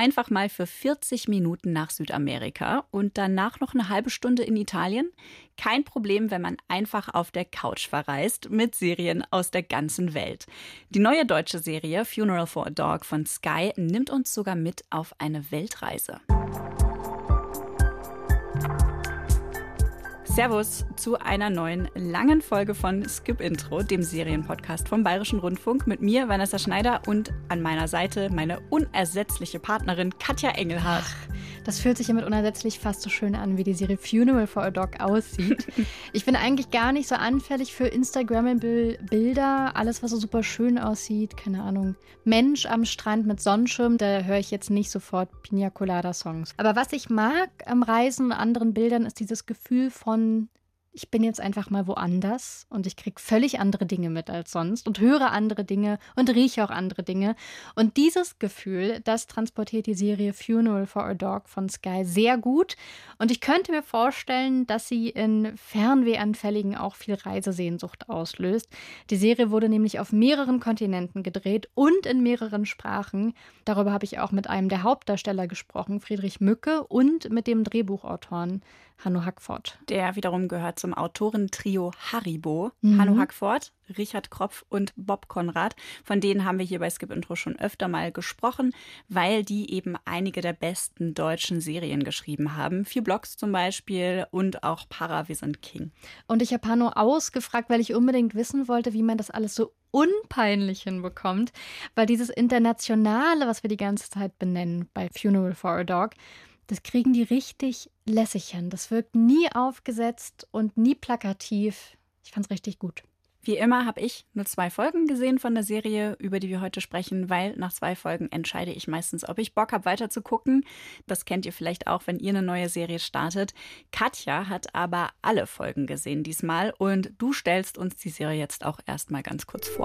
einfach mal für 40 Minuten nach Südamerika und danach noch eine halbe Stunde in Italien? Kein Problem, wenn man einfach auf der Couch verreist mit Serien aus der ganzen Welt. Die neue deutsche Serie Funeral for a Dog von Sky nimmt uns sogar mit auf eine Weltreise. Servus zu einer neuen langen Folge von Skip Intro, dem Serienpodcast vom Bayerischen Rundfunk, mit mir, Vanessa Schneider, und an meiner Seite meine unersetzliche Partnerin Katja Engelhardt. Das fühlt sich ja mit unersetzlich fast so schön an, wie die Serie Funeral for a Dog aussieht. Ich bin eigentlich gar nicht so anfällig für Instagram-Bilder, alles, was so super schön aussieht, keine Ahnung. Mensch am Strand mit Sonnenschirm, da höre ich jetzt nicht sofort Pina Colada-Songs. Aber was ich mag am Reisen und anderen Bildern, ist dieses Gefühl von: Ich bin jetzt einfach mal woanders und ich kriege völlig andere Dinge mit als sonst und höre andere Dinge und rieche auch andere Dinge. Und dieses Gefühl, das transportiert die Serie Funeral for a Dog von Sky sehr gut. Und ich könnte mir vorstellen, dass sie in Fernwehanfälligen auch viel Reisesehnsucht auslöst. Die Serie wurde nämlich auf mehreren Kontinenten gedreht und in mehreren Sprachen. Darüber habe ich auch mit einem der Hauptdarsteller gesprochen, Friedrich Mücke, und mit dem Drehbuchautoren Hanno Hackford. Der wiederum gehört zum Autorentrio Haribo. Hanno Hackford, Richard Kropf und Bob Conrad. Von denen haben wir hier bei Skip Intro schon öfter mal gesprochen, weil die eben einige der besten deutschen Serien geschrieben haben. 4 Blocks zum Beispiel und auch Para, wir sind King. Und ich habe Hanno ausgefragt, weil ich unbedingt wissen wollte, wie man das alles so unpeinlich hinbekommt. Weil dieses Internationale, was wir die ganze Zeit benennen bei Funeral for a Dog, das kriegen die richtig lässig hin. Das wirkt nie aufgesetzt und nie plakativ. Ich fand's richtig gut. Wie immer habe ich nur 2 Folgen gesehen von der Serie, über die wir heute sprechen, weil nach 2 Folgen entscheide ich meistens, ob ich Bock habe, weiter zu gucken. Das kennt ihr vielleicht auch, wenn ihr eine neue Serie startet. Katja hat aber alle Folgen gesehen diesmal und du stellst uns die Serie jetzt auch erstmal ganz kurz vor.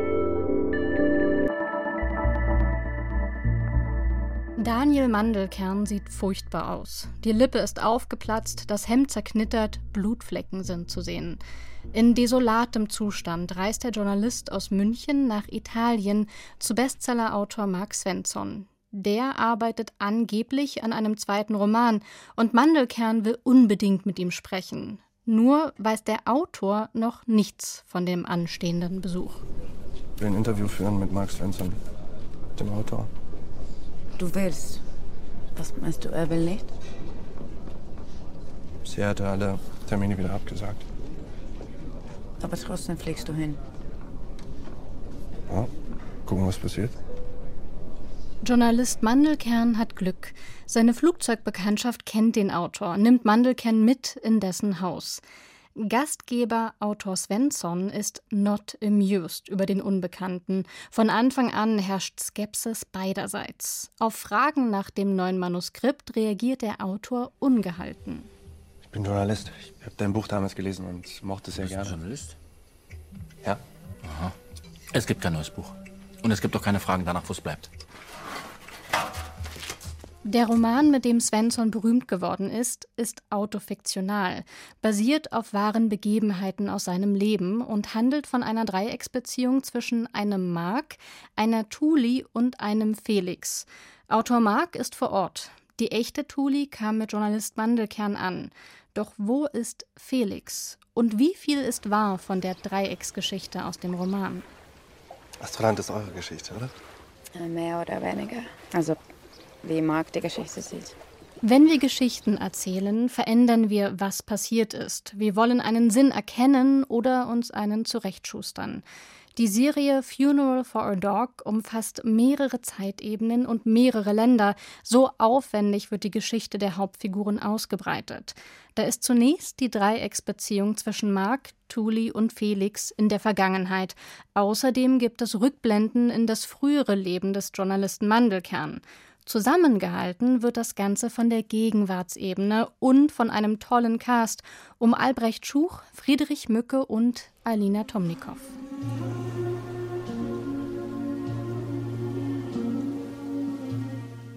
Daniel Mandelkern sieht furchtbar aus. Die Lippe ist aufgeplatzt, das Hemd zerknittert, Blutflecken sind zu sehen. In desolatem Zustand reist der Journalist aus München nach Italien zu Bestsellerautor Mark Svensson. Der arbeitet angeblich an einem 2. Roman und Mandelkern will unbedingt mit ihm sprechen. Nur weiß der Autor noch nichts von dem anstehenden Besuch. Ich will ein Interview führen mit Mark Svensson, dem Autor. Du willst. Was meinst du, er will nicht? Sie hatte alle Termine wieder abgesagt. Aber trotzdem fliegst du hin. Ja, gucken, was passiert. Journalist Mandelkern hat Glück. Seine Flugzeugbekanntschaft kennt den Autor, nimmt Mandelkern mit in dessen Haus. Gastgeber Autor Svensson ist not amused über den Unbekannten. Von Anfang an herrscht Skepsis beiderseits. Auf Fragen nach dem neuen Manuskript reagiert der Autor ungehalten. Ich bin Journalist. Ich habe dein Buch damals gelesen und mochte es sehr gerne. Bist du Journalist? Ja. Aha. Es gibt kein neues Buch. Und es gibt auch keine Fragen danach, wo es bleibt. Der Roman, mit dem Svensson berühmt geworden ist autofiktional, basiert auf wahren Begebenheiten aus seinem Leben und handelt von einer Dreiecksbeziehung zwischen einem Mark, einer Tuli und einem Felix. Autor Mark ist vor Ort. Die echte Tuli kam mit Journalist Mandelkern an. Doch wo ist Felix? Und wie viel ist wahr von der Dreiecksgeschichte aus dem Roman? Astroland ist eure Geschichte, oder? Mehr oder weniger. Also, wie Mark die Geschichte sieht. Wenn wir Geschichten erzählen, verändern wir, was passiert ist. Wir wollen einen Sinn erkennen oder uns einen zurechtschustern. Die Serie Funeral for a Dog umfasst mehrere Zeitebenen und mehrere Länder. So aufwendig wird die Geschichte der Hauptfiguren ausgebreitet. Da ist zunächst die Dreiecksbeziehung zwischen Mark, Tuli und Felix in der Vergangenheit. Außerdem gibt es Rückblenden in das frühere Leben des Journalisten Mandelkern. Zusammengehalten wird das Ganze von der Gegenwartsebene und von einem tollen Cast um Albrecht Schuch, Friedrich Mücke und Alina Tomnikow.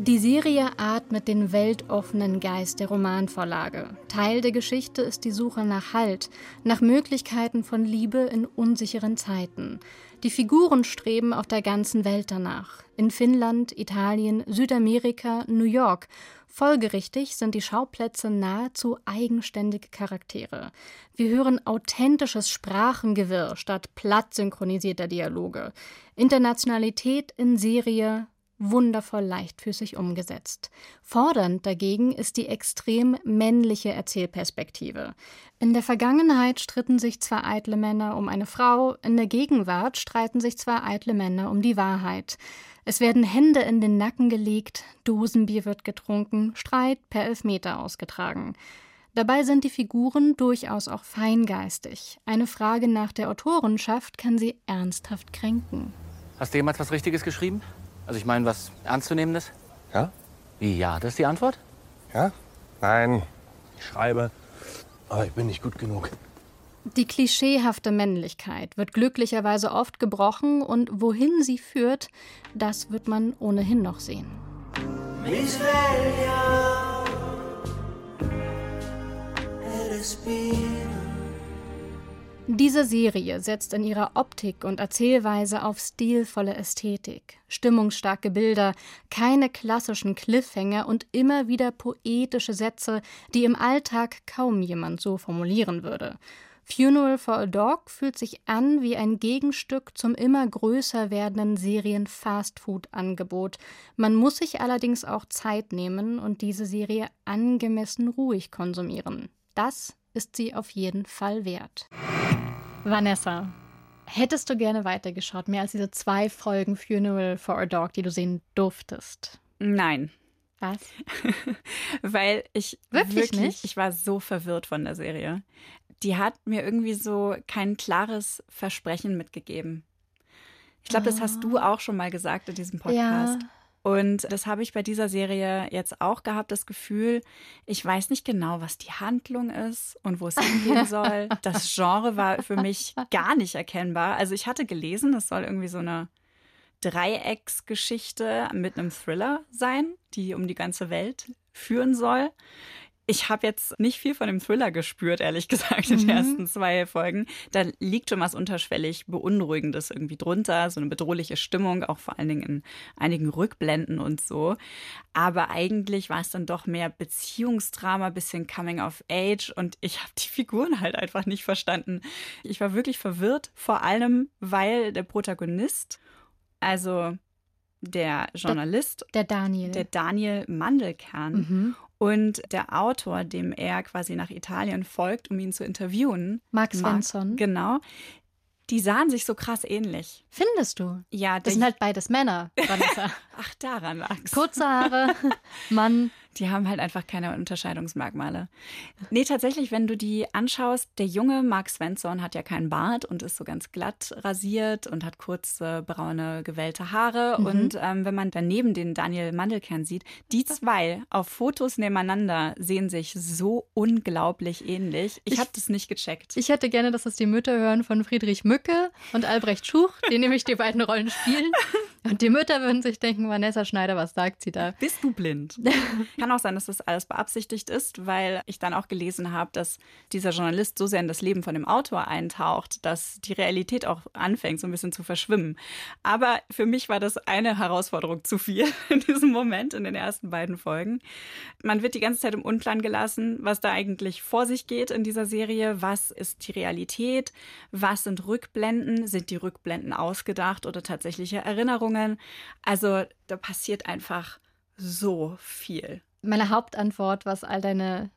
Die Serie atmet den weltoffenen Geist der Romanvorlage. Teil der Geschichte ist die Suche nach Halt, nach Möglichkeiten von Liebe in unsicheren Zeiten. Die Figuren streben auf der ganzen Welt danach. In Finnland, Italien, Südamerika, New York. Folgerichtig sind die Schauplätze nahezu eigenständige Charaktere. Wir hören authentisches Sprachengewirr statt platt synchronisierter Dialoge. Internationalität in Serie wundervoll leichtfüßig umgesetzt. Fordernd dagegen ist die extrem männliche Erzählperspektive. In der Vergangenheit stritten sich zwei eitle Männer um eine Frau, in der Gegenwart streiten sich zwei eitle Männer um die Wahrheit. Es werden Hände in den Nacken gelegt, Dosenbier wird getrunken, Streit per Elfmeter ausgetragen. Dabei sind die Figuren durchaus auch feingeistig. Eine Frage nach der Autorenschaft kann sie ernsthaft kränken. Hast du jemals was Richtiges geschrieben? Also ich meine, was Ernstzunehmendes? Ja? Wie, ja? Das ist die Antwort? Ja? Nein. Ich schreibe, aber ich bin nicht gut genug. Die klischeehafte Männlichkeit wird glücklicherweise oft gebrochen und wohin sie führt, das wird man ohnehin noch sehen. Diese Serie setzt in ihrer Optik und Erzählweise auf stilvolle Ästhetik, stimmungsstarke Bilder, keine klassischen Cliffhanger und immer wieder poetische Sätze, die im Alltag kaum jemand so formulieren würde. Funeral for a Dog fühlt sich an wie ein Gegenstück zum immer größer werdenden Serien-Fastfood-Angebot. Man muss sich allerdings auch Zeit nehmen und diese Serie angemessen ruhig konsumieren. Das ist sie auf jeden Fall wert. Vanessa, hättest du gerne weitergeschaut, mehr als diese 2 Folgen Funeral for a Dog, die du sehen durftest? Nein. Was? Weil ich wirklich nicht? Ich war so verwirrt von der Serie. Die hat mir irgendwie so kein klares Versprechen mitgegeben. Ich glaube, das hast du auch schon mal gesagt in diesem Podcast. Ja. Und das habe ich bei dieser Serie jetzt auch gehabt, das Gefühl, ich weiß nicht genau, was die Handlung ist und wo es hingehen soll. Das Genre war für mich gar nicht erkennbar. Also ich hatte gelesen, es soll irgendwie so eine Dreiecksgeschichte mit einem Thriller sein, die um die ganze Welt führen soll. Ich habe jetzt nicht viel von dem Thriller gespürt, ehrlich gesagt, in den ersten 2 Folgen. Da liegt schon was unterschwellig Beunruhigendes irgendwie drunter, so eine bedrohliche Stimmung, auch vor allen Dingen in einigen Rückblenden und so. Aber eigentlich war es dann doch mehr Beziehungsdrama, bisschen Coming of Age und ich habe die Figuren halt einfach nicht verstanden. Ich war wirklich verwirrt, vor allem, weil der Protagonist, also der Journalist, der Daniel Mandelkern, und der Autor, dem er quasi nach Italien folgt, um ihn zu interviewen, Mark Svensson. Genau. Die sahen sich so krass ähnlich. Findest du? Ja. Das sind halt beides Männer, Vanessa. Ach, daran lag's. Kurze Haare, Mann. Die haben halt einfach keine Unterscheidungsmerkmale. Nee, tatsächlich, wenn du die anschaust, der junge Mark Svensson hat ja keinen Bart und ist so ganz glatt rasiert und hat kurze, braune, gewellte Haare. Und wenn man daneben den Daniel Mandelkern sieht, die 2 auf Fotos nebeneinander sehen sich so unglaublich ähnlich. Ich habe das nicht gecheckt. Ich hätte gerne, dass das die Mütter hören von Friedrich Mücke und Albrecht Schuch, die nämlich die beiden Rollen spielen. Und die Mütter würden sich denken, Vanessa Schneider, was sagt sie da? Bist du blind? Kann auch sein, dass das alles beabsichtigt ist, weil ich dann auch gelesen habe, dass dieser Journalist so sehr in das Leben von dem Autor eintaucht, dass die Realität auch anfängt, so ein bisschen zu verschwimmen. Aber für mich war das eine Herausforderung zu viel in diesem Moment, in den ersten beiden Folgen. Man wird die ganze Zeit im Unklaren gelassen, was da eigentlich vor sich geht in dieser Serie. Was ist die Realität? Was sind Rückblenden? Sind die Rückblenden ausgedacht oder tatsächliche Erinnerungen? Also da passiert einfach so viel. Meine Hauptantwort, was all deine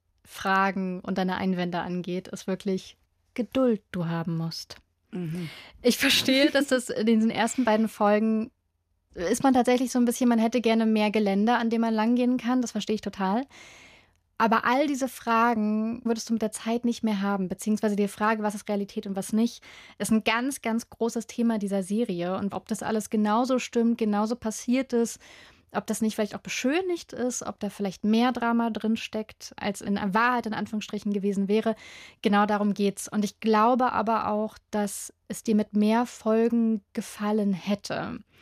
Fragen und deine Einwände angeht, ist wirklich Geduld du haben musst. Ich verstehe, dass das in diesen ersten beiden Folgen ist man tatsächlich so ein bisschen, man hätte gerne mehr Gelände, an dem man langgehen kann. Das verstehe ich total. Aber all diese Fragen würdest du mit der Zeit nicht mehr haben, beziehungsweise die Frage, was ist Realität und was nicht, ist ein ganz, ganz großes Thema dieser Serie. Und ob das alles genauso stimmt, genauso passiert ist, ob das nicht vielleicht auch beschönigt ist, ob da vielleicht mehr Drama drin steckt, als in Wahrheit in Anführungsstrichen gewesen wäre. Genau darum geht's. Und ich glaube aber auch, dass es dir mit mehr Folgen gefallen hätte.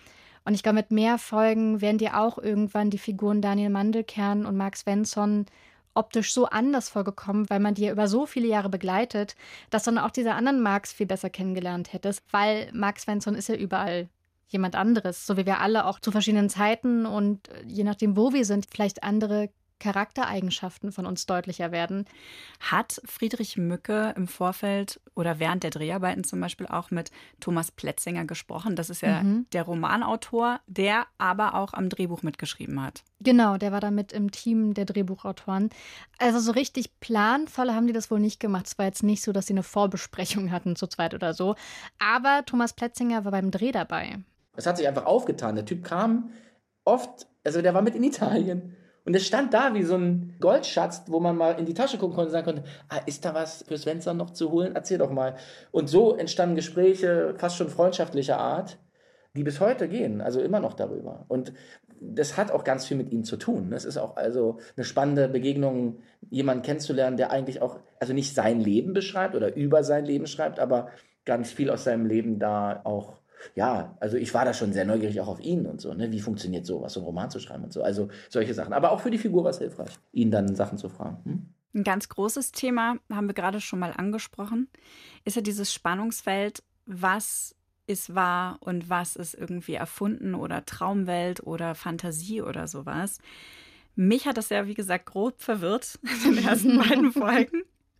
Und ich glaube, mit mehr Folgen werden dir auch irgendwann die Figuren Daniel Mandelkern und Mark Svensson optisch so anders vorgekommen, weil man die ja über so viele Jahre begleitet, dass du dann auch diese anderen Marks viel besser kennengelernt hättest, weil Mark Svensson ist ja überall jemand anderes, so wie wir alle auch zu verschiedenen Zeiten und je nachdem, wo wir sind, vielleicht andere Charaktereigenschaften von uns deutlicher werden. Hat Friedrich Mücke im Vorfeld oder während der Dreharbeiten zum Beispiel auch mit Thomas Plätzinger gesprochen? Das ist ja der Romanautor, der aber auch am Drehbuch mitgeschrieben hat. Genau, der war da mit im Team der Drehbuchautoren. Also so richtig planvoll haben die das wohl nicht gemacht. Es war jetzt nicht so, dass sie eine Vorbesprechung hatten, zu zweit oder so. Aber Thomas Plätzinger war beim Dreh dabei. Es hat sich einfach aufgetan. Der Typ kam oft, also der war mit in Italien. Und er stand da wie so ein Goldschatz, wo man mal in die Tasche gucken konnte und sagen konnte, ist da was für Svensson noch zu holen? Erzähl doch mal. Und so entstanden Gespräche fast schon freundschaftlicher Art, die bis heute gehen, also immer noch darüber. Und das hat auch ganz viel mit ihm zu tun. Das ist auch also eine spannende Begegnung, jemanden kennenzulernen, der eigentlich auch, also nicht sein Leben beschreibt oder über sein Leben schreibt, aber ganz viel aus seinem Leben da auch. Ja, also ich war da schon sehr neugierig auch auf ihn und so, ne? Wie funktioniert sowas, so einen Roman zu schreiben und so. Also solche Sachen. Aber auch für die Figur war es hilfreich, ihn dann Sachen zu fragen. Ein ganz großes Thema, haben wir gerade schon mal angesprochen, ist ja dieses Spannungsfeld, was ist wahr und was ist irgendwie erfunden oder Traumwelt oder Fantasie oder sowas. Mich hat das ja, wie gesagt, grob verwirrt in den ersten beiden Folgen.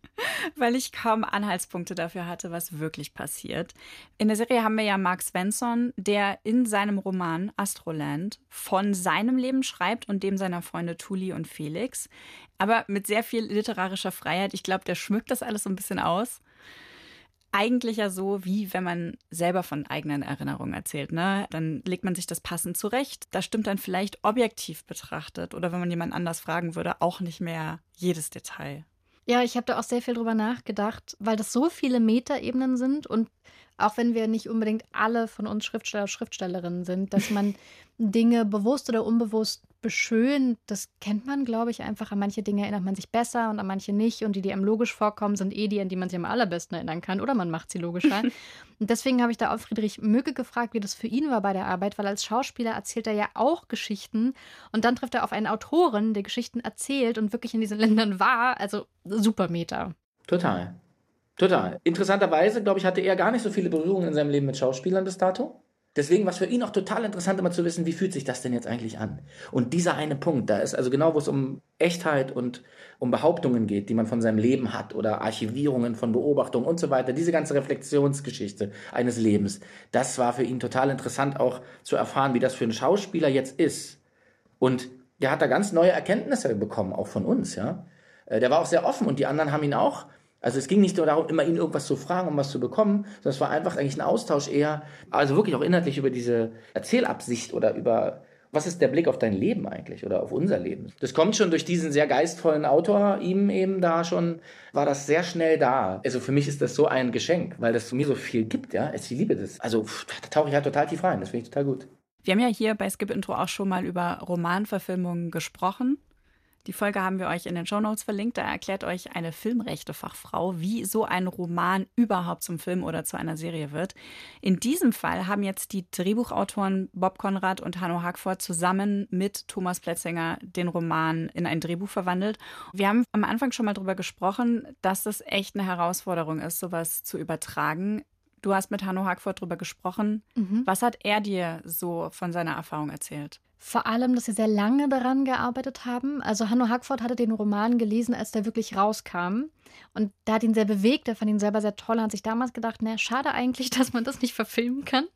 Weil ich kaum Anhaltspunkte dafür hatte, was wirklich passiert. In der Serie haben wir ja Mark Svensson, der in seinem Roman Astroland von seinem Leben schreibt und dem seiner Freunde Tuli und Felix. Aber mit sehr viel literarischer Freiheit. Ich glaube, der schmückt das alles so ein bisschen aus. Eigentlich ja so, wie wenn man selber von eigenen Erinnerungen erzählt, ne? Dann legt man sich das passend zurecht. Da stimmt dann vielleicht objektiv betrachtet oder wenn man jemand anders fragen würde, auch nicht mehr jedes Detail. Ja, ich habe da auch sehr viel drüber nachgedacht, weil das so viele Metaebenen sind und auch wenn wir nicht unbedingt alle von uns Schriftsteller, Schriftstellerinnen sind, dass man Dinge bewusst oder unbewusst beschönt, das kennt man, glaube ich, einfach. An manche Dinge erinnert man sich besser und an manche nicht. Und die einem logisch vorkommen, sind die, an die man sich am allerbesten erinnern kann. Oder man macht sie logischer. Und deswegen habe ich da auch Friedrich Mücke gefragt, wie das für ihn war bei der Arbeit, weil als Schauspieler erzählt er ja auch Geschichten. Und dann trifft er auf einen Autoren, der Geschichten erzählt und wirklich in diesen Ländern war. Also super Meta. Total. Interessanterweise, glaube ich, hatte er gar nicht so viele Berührungen in seinem Leben mit Schauspielern bis dato. Deswegen war es für ihn auch total interessant, immer zu wissen, wie fühlt sich das denn jetzt eigentlich an? Und dieser eine Punkt, da ist also genau, wo es um Echtheit und um Behauptungen geht, die man von seinem Leben hat oder Archivierungen von Beobachtungen und so weiter, diese ganze Reflexionsgeschichte eines Lebens, das war für ihn total interessant auch zu erfahren, wie das für einen Schauspieler jetzt ist. Und der hat da ganz neue Erkenntnisse bekommen, auch von uns, ja. Der war auch sehr offen und die anderen haben ihn auch. Also es ging nicht nur darum, immer ihn irgendwas zu fragen, um was zu bekommen, sondern es war einfach eigentlich ein Austausch eher, also wirklich auch inhaltlich über diese Erzählabsicht oder über, was ist der Blick auf dein Leben eigentlich oder auf unser Leben. Das kommt schon durch diesen sehr geistvollen Autor, ihm eben da schon, war das sehr schnell da. Also für mich ist das so ein Geschenk, weil das mir so viel gibt, ja, ich liebe das. Also da tauche ich halt total tief rein, das finde ich total gut. Wir haben ja hier bei Skip Intro auch schon mal über Romanverfilmungen gesprochen. Die Folge haben wir euch in den Shownotes verlinkt. Da erklärt euch eine Filmrechtefachfrau, wie so ein Roman überhaupt zum Film oder zu einer Serie wird. In diesem Fall haben jetzt die Drehbuchautoren Bob Conrad und Hanno Hackford zusammen mit Thomas Plätzinger den Roman in ein Drehbuch verwandelt. Wir haben am Anfang schon mal darüber gesprochen, dass das echt eine Herausforderung ist, sowas zu übertragen. Du hast mit Hanno Hackford darüber gesprochen. Was hat er dir so von seiner Erfahrung erzählt? Vor allem, dass sie sehr lange daran gearbeitet haben. Also Hanno Hackford hatte den Roman gelesen, als der wirklich rauskam. Und da hat ihn sehr bewegt, er fand ihn selber sehr toll. Er hat sich damals gedacht, schade eigentlich, dass man das nicht verfilmen kann.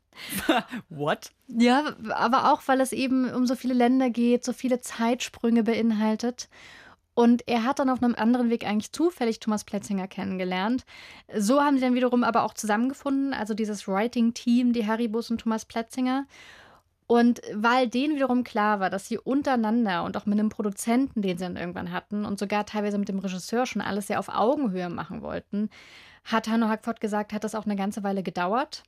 What? Ja, aber auch, weil es eben um so viele Länder geht, so viele Zeitsprünge beinhaltet. Und er hat dann auf einem anderen Weg eigentlich zufällig Thomas Plätzinger kennengelernt. So haben sie dann wiederum aber auch zusammengefunden, also dieses Writing-Team, die Haribos und Thomas Plätzinger. Und weil denen wiederum klar war, dass sie untereinander und auch mit einem Produzenten, den sie dann irgendwann hatten und sogar teilweise mit dem Regisseur schon alles sehr auf Augenhöhe machen wollten, hat Hanno Hackford gesagt, hat das auch eine ganze Weile gedauert.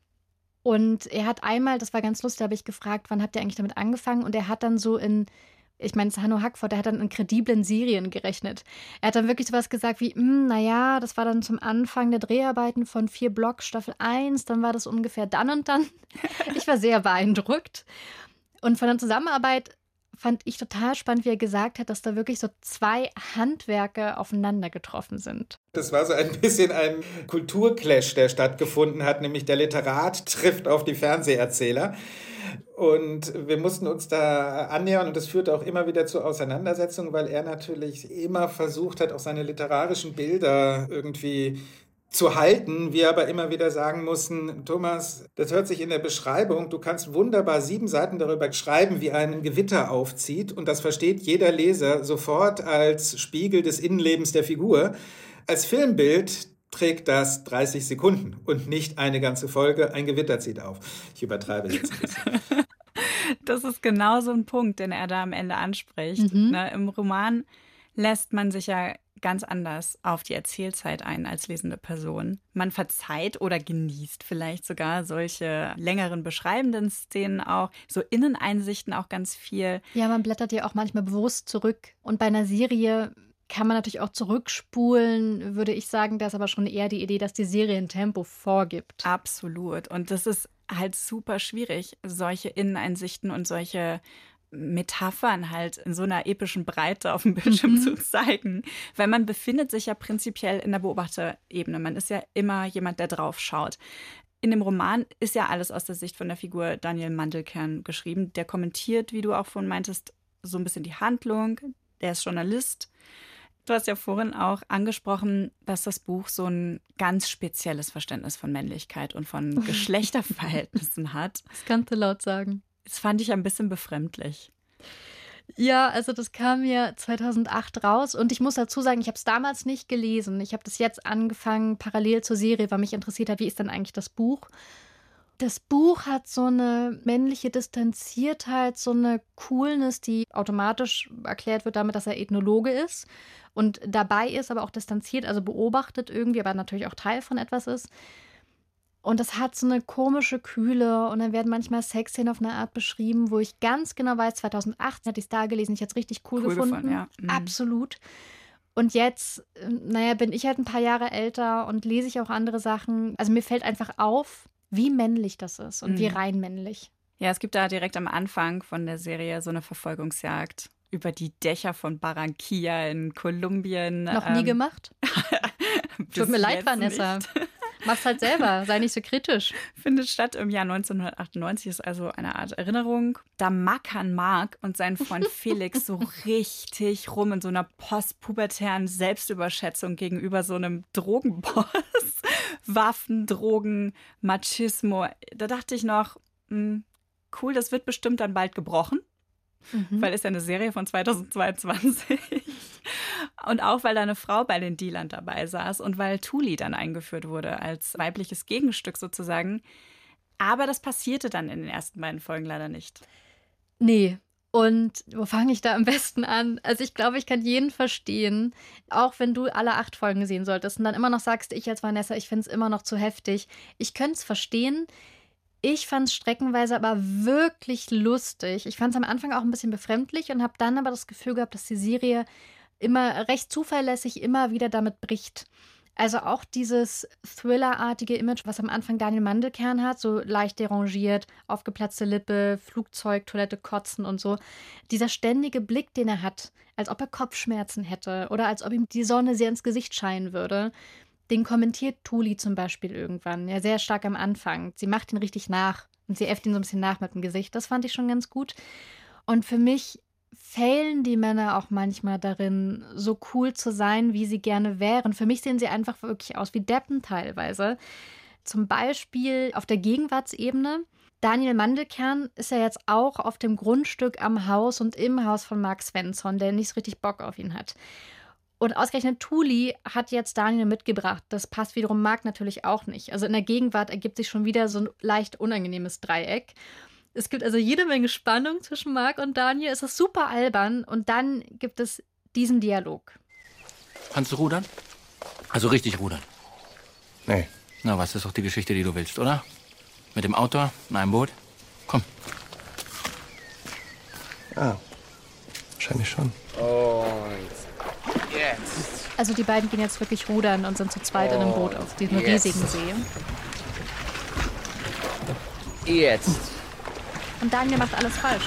Und er hat einmal, das war ganz lustig, da habe ich gefragt, wann habt ihr eigentlich damit angefangen? Und er hat dann so ich meine, es ist Hanno Hackford, der hat dann in krediblen Serien gerechnet. Er hat dann wirklich sowas gesagt wie, naja, das war dann zum Anfang der Dreharbeiten von 4 Block Staffel 1, dann war das ungefähr dann und dann. Ich war sehr beeindruckt. Und von der Zusammenarbeit fand ich total spannend, wie er gesagt hat, dass da wirklich so 2 Handwerke aufeinander getroffen sind. Das war so ein bisschen ein Kulturclash, der stattgefunden hat, nämlich der Literat trifft auf die Fernseherzähler. Und wir mussten uns da annähern und das führte auch immer wieder zu Auseinandersetzungen, weil er natürlich immer versucht hat, auch seine literarischen Bilder irgendwie zu halten, wir aber immer wieder sagen mussten, Thomas, das hört sich in der Beschreibung, du kannst wunderbar 7 Seiten darüber schreiben, wie ein Gewitter aufzieht und das versteht jeder Leser sofort als Spiegel des Innenlebens der Figur. Als Filmbild trägt das 30 Sekunden und nicht eine ganze Folge, ein Gewitter zieht auf. Ich übertreibe jetzt ein bisschen. Das ist genau so ein Punkt, den er da am Ende anspricht. Ne, im Roman lässt man sich ja ganz anders auf die Erzählzeit ein als lesende Person. Man verzeiht oder genießt vielleicht sogar solche längeren beschreibenden Szenen auch, so Inneneinsichten auch ganz viel. Ja, man blättert ja auch manchmal bewusst zurück. Und bei einer Serie kann man natürlich auch zurückspulen, würde ich sagen. Da ist aber schon eher die Idee, dass die Serie ein Tempo vorgibt. Absolut. Und das ist halt super schwierig, solche Inneneinsichten und solche Metaphern halt in so einer epischen Breite auf dem Bildschirm zu zeigen. Weil man befindet sich ja prinzipiell in der Beobachterebene. Man ist ja immer jemand, der drauf schaut. In dem Roman ist ja alles aus der Sicht von der Figur Daniel Mandelkern geschrieben. Der kommentiert, wie du auch vorhin meintest, so ein bisschen die Handlung. Der ist Journalist. Du hast ja vorhin auch angesprochen, dass das Buch so ein ganz spezielles Verständnis von Männlichkeit und von Geschlechterverhältnissen hat. Das kannst du laut sagen. Das fand ich ein bisschen befremdlich. Ja, also das kam mir 2008 raus und ich muss dazu sagen, ich habe es damals nicht gelesen. Ich habe das jetzt angefangen, parallel zur Serie, weil mich interessiert hat, wie ist denn eigentlich das Buch? Das Buch hat so eine männliche Distanziertheit, so eine Coolness, die automatisch erklärt wird damit, dass er Ethnologe ist und dabei ist, aber auch distanziert, also beobachtet irgendwie, aber natürlich auch Teil von etwas ist. Und das hat so eine komische Kühle und dann werden manchmal Sexszenen auf eine Art beschrieben, wo ich ganz genau weiß, 2008 hatte ich es da gelesen, ich hätte es richtig cool gefunden. Ja. Absolut. Und jetzt, bin ich halt ein paar Jahre älter und lese ich auch andere Sachen. Also mir fällt einfach auf, wie männlich das ist und wie rein männlich. Ja, es gibt da direkt am Anfang von der Serie so eine Verfolgungsjagd über die Dächer von Barranquilla in Kolumbien. Noch nie gemacht? Tut mir leid, Vanessa. Nicht. Mach's halt selber, sei nicht so kritisch. Findet statt im Jahr 1998, ist also eine Art Erinnerung. Da mackern Mark und sein Freund Felix so richtig rum in so einer postpubertären Selbstüberschätzung gegenüber so einem Drogenboss. Waffen, Drogen, Machismo. Da dachte ich noch, cool, das wird bestimmt dann bald gebrochen. Weil es ja eine Serie von 2022. Und auch, weil da eine Frau bei den Dealern dabei saß und weil Thuli dann eingeführt wurde als weibliches Gegenstück sozusagen. Aber das passierte dann in den ersten beiden Folgen leider nicht. Nee. Und wo fange ich da am besten an? Also ich glaube, ich kann jeden verstehen, auch wenn du alle 8 Folgen sehen solltest und dann immer noch sagst, ich als Vanessa, ich finde es immer noch zu heftig. Ich könnte es verstehen. Ich fand es streckenweise aber wirklich lustig. Ich fand es am Anfang auch ein bisschen befremdlich und habe dann aber das Gefühl gehabt, dass die Serie immer recht zuverlässig immer wieder damit bricht. Also auch dieses Thriller-artige Image, was am Anfang Daniel Mandelkern hat, so leicht derangiert, aufgeplatzte Lippe, Flugzeug, Toilette, Kotzen und so. Dieser ständige Blick, den er hat, als ob er Kopfschmerzen hätte oder als ob ihm die Sonne sehr ins Gesicht scheinen würde, den kommentiert Thuli zum Beispiel irgendwann, ja sehr stark am Anfang. Sie macht ihn richtig nach und sie äfft ihn so ein bisschen nach mit dem Gesicht. Das fand ich schon ganz gut. Und für mich fehlen die Männer auch manchmal darin, so cool zu sein, wie sie gerne wären. Für mich sehen sie einfach wirklich aus wie Deppen teilweise. Zum Beispiel auf der Gegenwartsebene. Daniel Mandelkern ist ja jetzt auch auf dem Grundstück am Haus und im Haus von Mark Svensson, der nicht so richtig Bock auf ihn hat. Und ausgerechnet Thuli hat jetzt Daniel mitgebracht. Das passt wiederum Mark natürlich auch nicht. Also in der Gegenwart ergibt sich schon wieder so ein leicht unangenehmes Dreieck. Es gibt also jede Menge Spannung zwischen Mark und Daniel. Es ist super albern. Und dann gibt es diesen Dialog. Kannst du rudern? Also richtig rudern? Nee. Na, was ist doch die Geschichte, die du willst, oder? Mit dem Auto, in einem Boot? Komm. Ja, wahrscheinlich schon. Jetzt. Also die beiden gehen jetzt wirklich rudern und sind zu zweit in einem Boot auf diesem riesigen See. Jetzt. und Daniel macht alles falsch.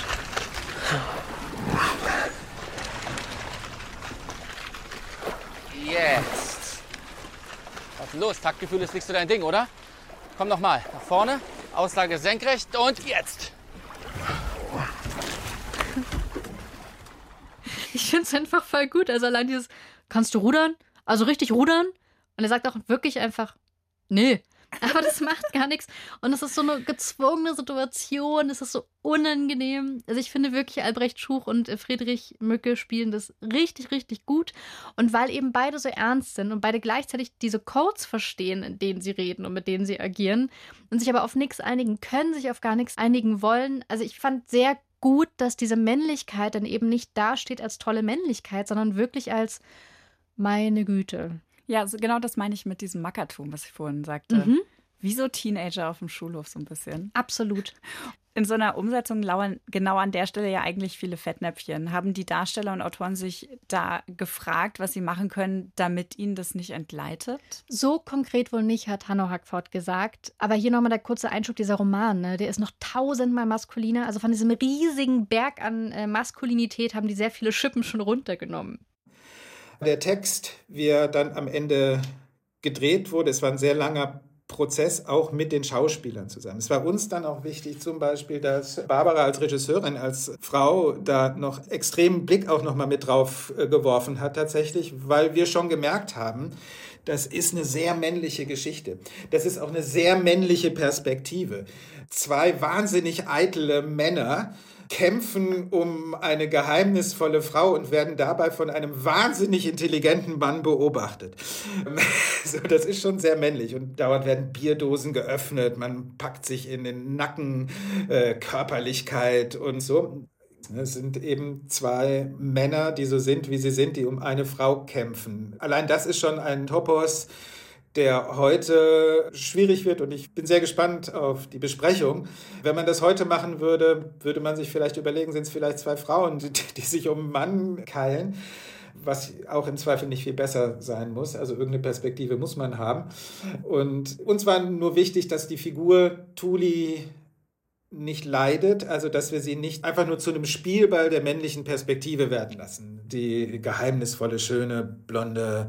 Jetzt. Was ist denn los? Taktgefühl ist nicht so dein Ding, oder? Komm noch mal. Nach vorne. Auslage senkrecht und jetzt. Ich finde es einfach voll gut. Also allein dieses, kannst du rudern? Also richtig rudern? Und er sagt auch wirklich einfach, nee. Aber das macht gar nichts. Und es ist so eine gezwungene Situation. Es ist so unangenehm. Also ich finde wirklich, Albrecht Schuch und Friedrich Mücke spielen das richtig, richtig gut. Und weil eben beide so ernst sind und beide gleichzeitig diese Codes verstehen, in denen sie reden und mit denen sie agieren und sich aber auf nichts einigen können, sich auf gar nichts einigen wollen. Also ich fand sehr gut, dass diese Männlichkeit dann eben nicht dasteht als tolle Männlichkeit, sondern wirklich als meine Güte. Ja, also genau das meine ich mit diesem Mackertum, was ich vorhin sagte. Mhm. Wie so Teenager auf dem Schulhof so ein bisschen. Absolut. In so einer Umsetzung lauern genau an der Stelle ja eigentlich viele Fettnäpfchen. Haben die Darsteller und Autoren sich da gefragt, was sie machen können, damit ihnen das nicht entgleitet? So konkret wohl nicht, hat Hanno Hackford gesagt. Aber hier nochmal der kurze Einschub, dieser Roman, ne? Der ist noch 1000-mal maskuliner. Also von diesem riesigen Berg an Maskulinität haben die sehr viele Schippen schon runtergenommen. Der Text, wie er dann am Ende gedreht wurde, es war ein sehr langer Prozess, auch mit den Schauspielern zusammen. Es war uns dann auch wichtig, zum Beispiel, dass Barbara als Regisseurin, als Frau da noch extremen Blick auch noch mal mit drauf geworfen hat tatsächlich, weil wir schon gemerkt haben, das ist eine sehr männliche Geschichte. Das ist auch eine sehr männliche Perspektive. 2 wahnsinnig eitle Männer kämpfen um eine geheimnisvolle Frau und werden dabei von einem wahnsinnig intelligenten Mann beobachtet. So, das ist schon sehr männlich und dauernd werden Bierdosen geöffnet, man packt sich in den Nacken, Körperlichkeit und so. Es sind eben 2 Männer, die so sind, wie sie sind, die um eine Frau kämpfen. Allein das ist schon ein Topos, der heute schwierig wird und ich bin sehr gespannt auf die Besprechung. Wenn man das heute machen würde, würde man sich vielleicht überlegen, sind es vielleicht 2 Frauen, die sich um einen Mann keilen, was auch im Zweifel nicht viel besser sein muss. Also irgendeine Perspektive muss man haben. Und uns war nur wichtig, dass die Figur Tuli nicht leidet, also dass wir sie nicht einfach nur zu einem Spielball der männlichen Perspektive werden lassen. Die geheimnisvolle, schöne, blonde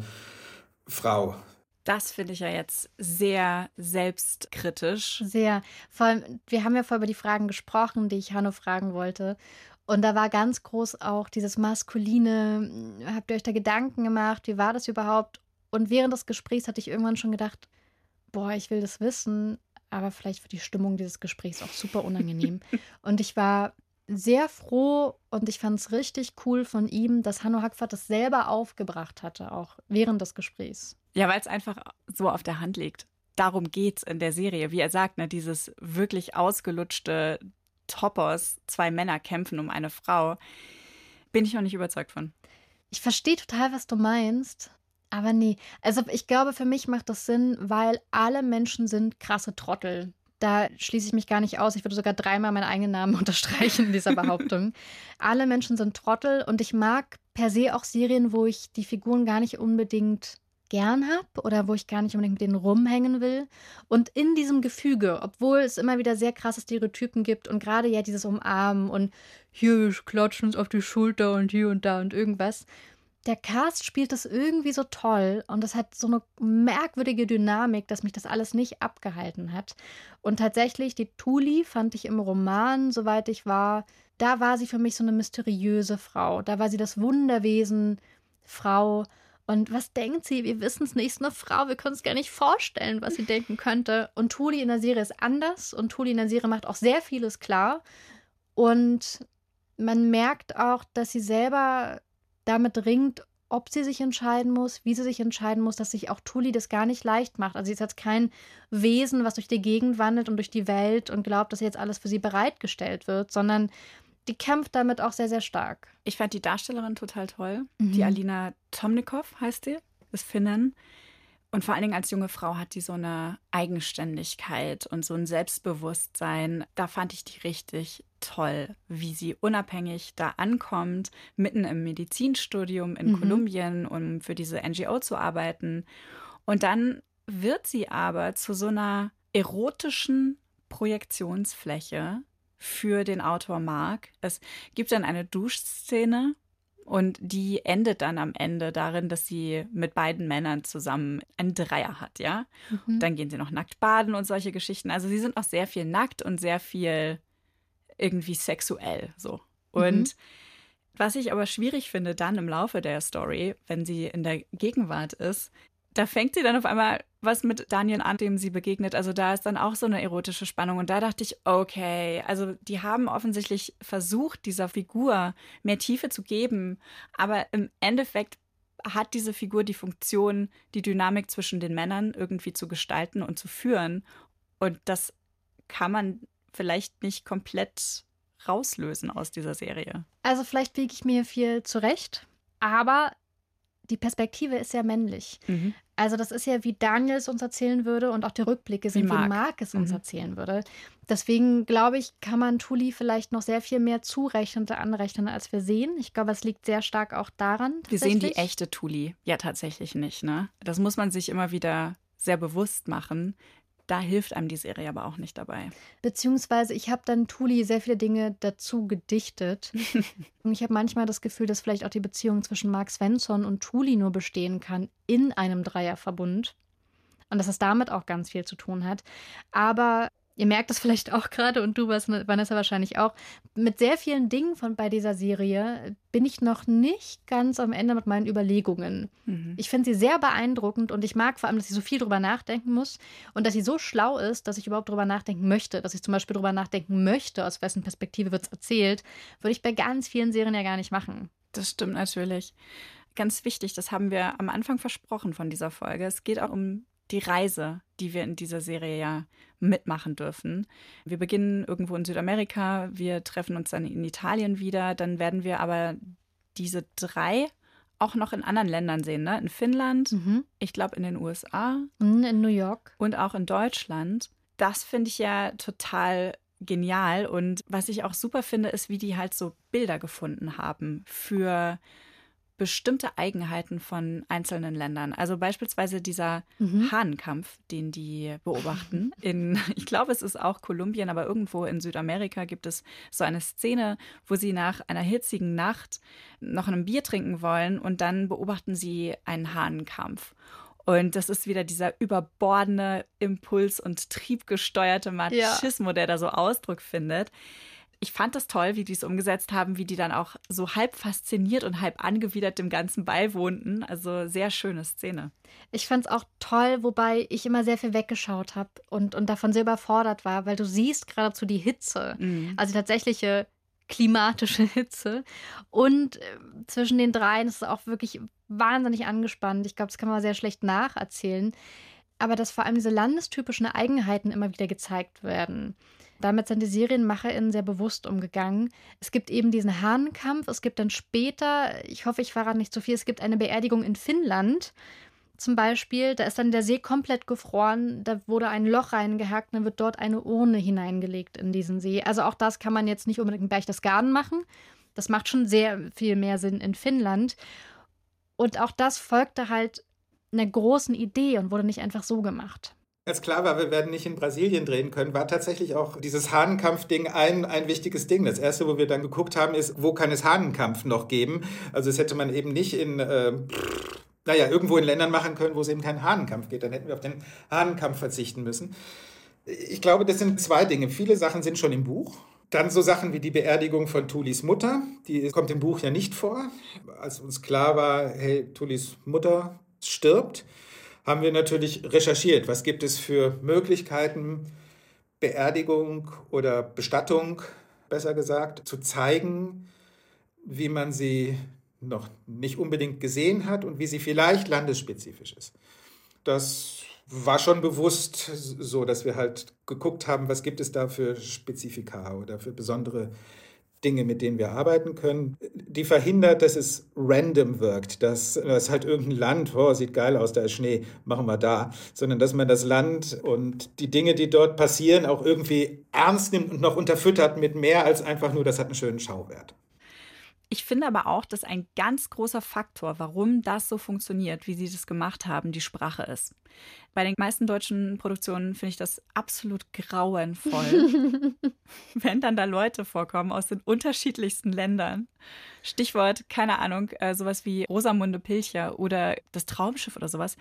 Frau. Das finde ich ja jetzt sehr selbstkritisch. Sehr. Vor allem, wir haben ja vorher über die Fragen gesprochen, die ich Hanno fragen wollte. Und da war ganz groß auch dieses Maskuline. Habt ihr euch da Gedanken gemacht? Wie war das überhaupt? Und während des Gesprächs hatte ich irgendwann schon gedacht, boah, ich will das wissen, aber vielleicht wird die Stimmung dieses Gesprächs auch super unangenehm. Und ich war sehr froh und ich fand es richtig cool von ihm, dass Hanno Hackford das selber aufgebracht hatte, auch während des Gesprächs. Ja, weil es einfach so auf der Hand liegt. Darum geht's in der Serie. Wie er sagt, ne, dieses wirklich ausgelutschte Topos, 2 Männer kämpfen um eine Frau, bin ich noch nicht überzeugt von. Ich verstehe total, was du meinst, aber nee. Also ich glaube, für mich macht das Sinn, weil alle Menschen sind krasse Trottel. Da schließe ich mich gar nicht aus. Ich würde sogar 3-mal meinen eigenen Namen unterstreichen in dieser Behauptung. Alle Menschen sind Trottel und ich mag per se auch Serien, wo ich die Figuren gar nicht unbedingt gern habe oder wo ich gar nicht unbedingt mit denen rumhängen will. Und in diesem Gefüge, obwohl es immer wieder sehr krasse Stereotypen gibt und gerade ja dieses Umarmen und hier klatschen uns auf die Schulter und hier und da und irgendwas, der Cast spielt das irgendwie so toll und das hat so eine merkwürdige Dynamik, dass mich das alles nicht abgehalten hat. Und tatsächlich, die Tuli fand ich im Roman, soweit ich war, da war sie für mich so eine mysteriöse Frau. Da war sie das Wunderwesen Frau. Und was denkt sie? Wir wissen es nicht. Es ist eine Frau. Wir können uns gar nicht vorstellen, was sie denken könnte. Und Tuli in der Serie ist anders. Und Tuli in der Serie macht auch sehr vieles klar. Und man merkt auch, dass sie selber damit ringt, ob sie sich entscheiden muss, wie sie sich entscheiden muss, dass sich auch Tuli das gar nicht leicht macht. Also sie ist jetzt kein Wesen, was durch die Gegend wandelt und durch die Welt und glaubt, dass jetzt alles für sie bereitgestellt wird, sondern die kämpft damit auch sehr, sehr stark. Ich fand die Darstellerin total toll. Die Alina Tomnikow heißt sie, ist Finnin. Und vor allen Dingen als junge Frau hat die so eine Eigenständigkeit und so ein Selbstbewusstsein. Da fand ich die richtig toll, wie sie unabhängig da ankommt, mitten im Medizinstudium in Kolumbien, um für diese NGO zu arbeiten. Und dann wird sie aber zu so einer erotischen Projektionsfläche für den Autor Mark. Es gibt dann eine Duschszene und die endet dann am Ende darin, dass sie mit beiden Männern zusammen einen Dreier hat, ja. Dann gehen sie noch nackt baden und solche Geschichten. Also sie sind auch sehr viel nackt und sehr viel irgendwie sexuell so. Und was ich aber schwierig finde dann im Laufe der Story, wenn sie in der Gegenwart ist, da fängt sie dann auf einmal was mit Daniel an, dem sie begegnet. Also da ist dann auch so eine erotische Spannung. Und da dachte ich, okay, also die haben offensichtlich versucht, dieser Figur mehr Tiefe zu geben. Aber im Endeffekt hat diese Figur die Funktion, die Dynamik zwischen den Männern irgendwie zu gestalten und zu führen. Und das kann man vielleicht nicht komplett rauslösen aus dieser Serie. Also vielleicht biege ich mir viel zurecht, aber die Perspektive ist ja männlich. Also das ist ja, wie Daniel es uns erzählen würde und auch die Rückblicke sind, wie Mark es uns erzählen würde. Deswegen, glaube ich, kann man Tully vielleicht noch sehr viel mehr zurechnen und anrechnen, als wir sehen. Ich glaube, es liegt sehr stark auch daran. Wir sehen die echte Tully ja tatsächlich nicht, ne? Das muss man sich immer wieder sehr bewusst machen. Da hilft einem die Serie aber auch nicht dabei. Beziehungsweise ich habe dann Tully sehr viele Dinge dazu gedichtet. Und ich habe manchmal das Gefühl, dass vielleicht auch die Beziehung zwischen Mark Svensson und Tully nur bestehen kann in einem Dreierverbund. Und dass es damit auch ganz viel zu tun hat. Aber ihr merkt es vielleicht auch gerade und du, Vanessa, wahrscheinlich auch. Mit sehr vielen Dingen bei dieser Serie bin ich noch nicht ganz am Ende mit meinen Überlegungen. Ich finde sie sehr beeindruckend und ich mag vor allem, dass sie so viel drüber nachdenken muss und dass sie so schlau ist, dass ich überhaupt drüber nachdenken möchte. Dass ich zum Beispiel drüber nachdenken möchte, aus wessen Perspektive wird es erzählt, würde ich bei ganz vielen Serien ja gar nicht machen. Das stimmt natürlich. Ganz wichtig, das haben wir am Anfang versprochen von dieser Folge. Es geht auch um die Reise, die wir in dieser Serie ja mitmachen dürfen. Wir beginnen irgendwo in Südamerika, wir treffen uns dann in Italien wieder, dann werden wir aber diese 3 auch noch in anderen Ländern sehen, ne? In Finnland, ich glaube in den USA. In New York. Und auch in Deutschland. Das finde ich ja total genial und was ich auch super finde, ist, wie die halt so Bilder gefunden haben für bestimmte Eigenheiten von einzelnen Ländern. Also beispielsweise dieser Hahnenkampf, den die beobachten. Ich glaube, es ist auch Kolumbien, aber irgendwo in Südamerika gibt es so eine Szene, wo sie nach einer hitzigen Nacht noch ein Bier trinken wollen und dann beobachten sie einen Hahnenkampf. Und das ist wieder dieser überbordene, impuls- und triebgesteuerte Machismo, der da so Ausdruck findet. Ich fand das toll, wie die es umgesetzt haben, wie die dann auch so halb fasziniert und halb angewidert dem Ganzen beiwohnten. Also sehr schöne Szene. Ich fand es auch toll, wobei ich immer sehr viel weggeschaut habe und davon sehr überfordert war, weil du siehst geradezu die Hitze, also die tatsächliche klimatische Hitze. Und zwischen den dreien ist es auch wirklich wahnsinnig angespannt. Ich glaube, das kann man sehr schlecht nacherzählen. Aber dass vor allem diese landestypischen Eigenheiten immer wieder gezeigt werden. Damit sind die SerienmacherInnen sehr bewusst umgegangen. Es gibt eben diesen Hahnenkampf, es gibt dann später, ich hoffe, ich verrate nicht zu viel, es gibt eine Beerdigung in Finnland zum Beispiel. Da ist dann der See komplett gefroren, da wurde ein Loch reingehackt und dann wird dort eine Urne hineingelegt in diesen See. Also auch das kann man jetzt nicht unbedingt in Berchtesgaden machen. Das macht schon sehr viel mehr Sinn in Finnland. Und auch das folgte halt einer großen Idee und wurde nicht einfach so gemacht. Als klar war, wir werden nicht in Brasilien drehen können, war tatsächlich auch dieses Hahnenkampf-Ding ein wichtiges Ding. Das erste, wo wir dann geguckt haben, ist, wo kann es Hahnenkampf noch geben? Also das hätte man eben nicht irgendwo in Ländern machen können, wo es eben keinen Hahnenkampf geht. Dann hätten wir auf den Hahnenkampf verzichten müssen. Ich glaube, das sind 2 Dinge. Viele Sachen sind schon im Buch. Dann so Sachen wie die Beerdigung von Tullys Mutter. Die kommt im Buch ja nicht vor. Als uns klar war, hey, Tullys Mutter stirbt, haben wir natürlich recherchiert, was gibt es für Möglichkeiten, Beerdigung oder Bestattung, besser gesagt, zu zeigen, wie man sie noch nicht unbedingt gesehen hat und wie sie vielleicht landesspezifisch ist. Das war schon bewusst so, dass wir halt geguckt haben, was gibt es da für Spezifika oder für besondere Dinge, mit denen wir arbeiten können, die verhindert, dass es random wirkt, dass halt irgendein Land, sieht geil aus, da ist Schnee, machen wir da, sondern dass man das Land und die Dinge, die dort passieren, auch irgendwie ernst nimmt und noch unterfüttert mit mehr als einfach nur, das hat einen schönen Schauwert. Ich finde aber auch, dass ein ganz großer Faktor, warum das so funktioniert, wie sie das gemacht haben, die Sprache ist. Bei den meisten deutschen Produktionen finde ich das absolut grauenvoll, wenn dann da Leute vorkommen aus den unterschiedlichsten Ländern. Stichwort, keine Ahnung, sowas wie Rosamunde Pilcher oder das Traumschiff oder sowas.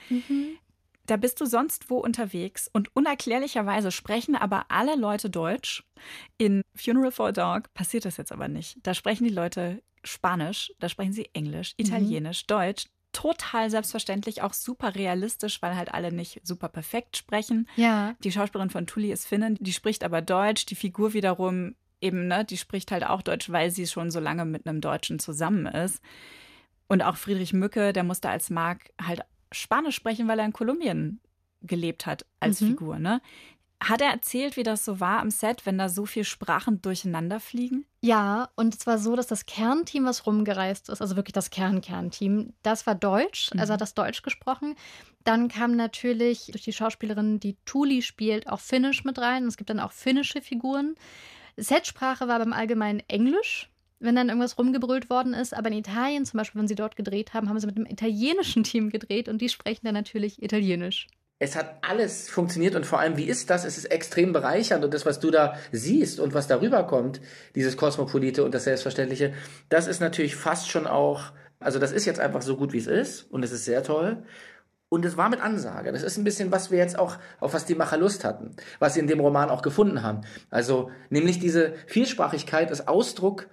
Da bist du sonst wo unterwegs und unerklärlicherweise sprechen aber alle Leute Deutsch. In Funeral for a Dog passiert das jetzt aber nicht. Da sprechen die Leute Spanisch, da sprechen sie Englisch, Italienisch, Deutsch. Total selbstverständlich, auch super realistisch, weil halt alle nicht super perfekt sprechen. Ja. Die Schauspielerin von Tully ist Finnin, die spricht aber Deutsch. Die Figur wiederum eben, ne, die spricht halt auch Deutsch, weil sie schon so lange mit einem Deutschen zusammen ist. Und auch Friedrich Mücke, der musste als Mark halt Spanisch sprechen, weil er in Kolumbien gelebt hat als Figur, ne? Hat er erzählt, wie das so war am Set, wenn da so viele Sprachen durcheinander fliegen? Ja, und es war so, dass das Kernteam, was rumgereist ist, also wirklich das Kernteam, das war Deutsch, also hat das Deutsch gesprochen. Dann kam natürlich durch die Schauspielerin, die Tully spielt, auch Finnisch mit rein. Es gibt dann auch finnische Figuren. Setsprache war beim Allgemeinen Englisch, wenn dann irgendwas rumgebrüllt worden ist. Aber in Italien zum Beispiel, wenn sie dort gedreht haben, haben sie mit einem italienischen Team gedreht und die sprechen dann natürlich Italienisch. Es hat alles funktioniert und vor allem, wie ist das? Es ist extrem bereichernd und das, was du da siehst und was darüber kommt, dieses Kosmopolite und das Selbstverständliche, das ist natürlich fast schon auch, also das ist jetzt einfach so gut, wie es ist und es ist sehr toll. Und es war mit Ansage. Das ist ein bisschen, was wir jetzt auch, auf was die Macher Lust hatten, was sie in dem Roman auch gefunden haben. Also nämlich diese Vielsprachigkeit ist Ausdruck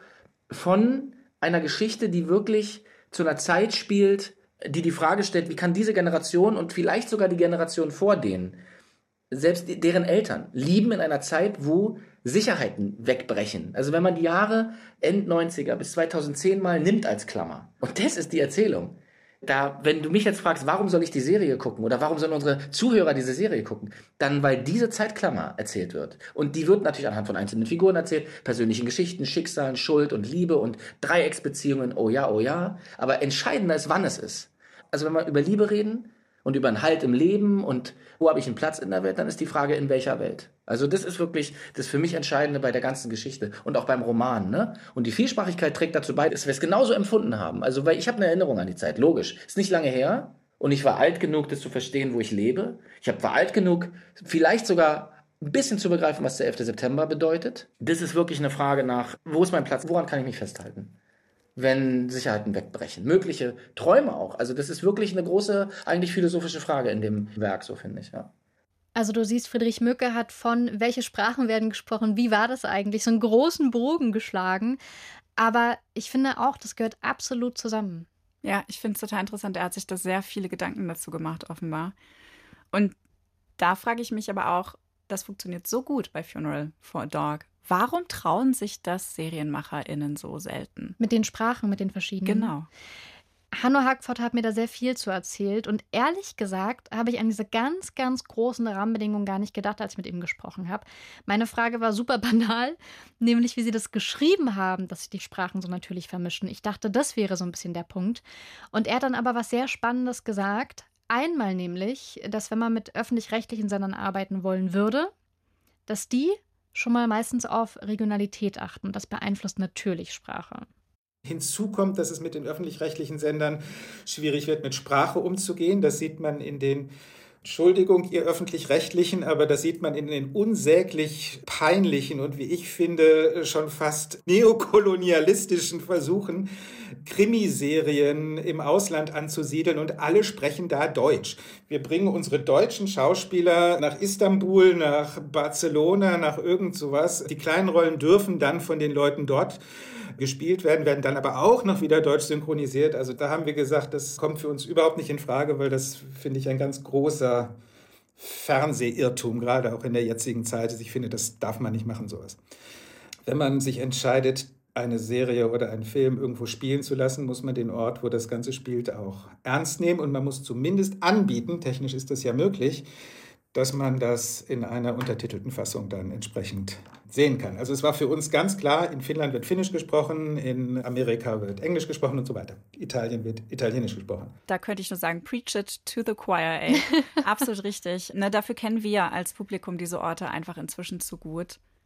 von einer Geschichte, die wirklich zu einer Zeit spielt, die Frage stellt, wie kann diese Generation und vielleicht sogar die Generation vor denen, selbst deren Eltern, lieben in einer Zeit, wo Sicherheiten wegbrechen. Also wenn man die Jahre End 90er bis 2010 mal nimmt als Klammer. Und das ist die Erzählung. Da, wenn du mich jetzt fragst, warum soll ich die Serie gucken oder warum sollen unsere Zuhörer diese Serie gucken, dann weil diese Zeitklammer erzählt wird. Und die wird natürlich anhand von einzelnen Figuren erzählt, persönlichen Geschichten, Schicksalen, Schuld und Liebe und Dreiecksbeziehungen, oh ja. Aber entscheidender ist, wann es ist. Also wenn wir über Liebe reden und über einen Halt im Leben und wo habe ich einen Platz in der Welt, dann ist die Frage, in welcher Welt. Also das ist wirklich das für mich Entscheidende bei der ganzen Geschichte und auch beim Roman, ne? Und die Vielsprachigkeit trägt dazu bei, dass wir es genauso empfunden haben. Also weil ich habe eine Erinnerung an die Zeit, logisch. Ist nicht lange her und ich war alt genug, das zu verstehen, wo ich lebe. War alt genug, vielleicht sogar ein bisschen zu begreifen, was der 11. September bedeutet. Das ist wirklich eine Frage nach, wo ist mein Platz, woran kann ich mich festhalten? Wenn Sicherheiten wegbrechen. Mögliche Träume auch. Also das ist wirklich eine große, eigentlich philosophische Frage in dem Werk, so finde ich, ja. Also du siehst, Friedrich Mücke hat von welche Sprachen werden gesprochen, wie war das eigentlich, so einen großen Bogen geschlagen. Aber ich finde auch, das gehört absolut zusammen. Ja, ich finde es total interessant. Er hat sich da sehr viele Gedanken dazu gemacht, offenbar. Und da frage ich mich aber auch, das funktioniert so gut bei Funeral for a Dog. Warum trauen sich das SerienmacherInnen so selten? Mit den Sprachen, mit den verschiedenen. Genau. Hanno Hackford hat mir da sehr viel zu erzählt. Und ehrlich gesagt habe ich an diese ganz, ganz großen Rahmenbedingungen gar nicht gedacht, als ich mit ihm gesprochen habe. Meine Frage war super banal, nämlich wie sie das geschrieben haben, dass sich die Sprachen so natürlich vermischen. Ich dachte, das wäre so ein bisschen der Punkt. Und er hat dann aber was sehr Spannendes gesagt. Einmal nämlich, dass wenn man mit öffentlich-rechtlichen Sendern arbeiten wollen würde, dass die schon mal meistens auf Regionalität achten. Das beeinflusst natürlich Sprache. Hinzu kommt, dass es mit den öffentlich-rechtlichen Sendern schwierig wird, mit Sprache umzugehen. Das sieht man in den, Entschuldigung, ihr öffentlich-rechtlichen, aber das sieht man in den unsäglich peinlichen und wie ich finde schon fast neokolonialistischen Versuchen, Krimiserien im Ausland anzusiedeln und alle sprechen da Deutsch. Wir bringen unsere deutschen Schauspieler nach Istanbul, nach Barcelona, nach irgend sowas. Die kleinen Rollen dürfen dann von den Leuten dort gespielt werden dann aber auch noch wieder deutsch synchronisiert. Also da haben wir gesagt, das kommt für uns überhaupt nicht in Frage, weil das finde ich ein ganz großer Fernsehirrtum, gerade auch in der jetzigen Zeit. Also ich finde, das darf man nicht machen, sowas. Wenn man sich entscheidet, eine Serie oder einen Film irgendwo spielen zu lassen, muss man den Ort, wo das Ganze spielt, auch ernst nehmen und man muss zumindest anbieten, technisch ist das ja möglich, dass man das in einer untertitelten Fassung dann entsprechend sehen kann. Also es war für uns ganz klar, in Finnland wird Finnisch gesprochen, in Amerika wird Englisch gesprochen und so weiter. Italien wird Italienisch gesprochen. Da könnte ich nur sagen, preach it to the choir, ey. Absolut richtig. Ne, dafür kennen wir als Publikum diese Orte einfach inzwischen zu gut.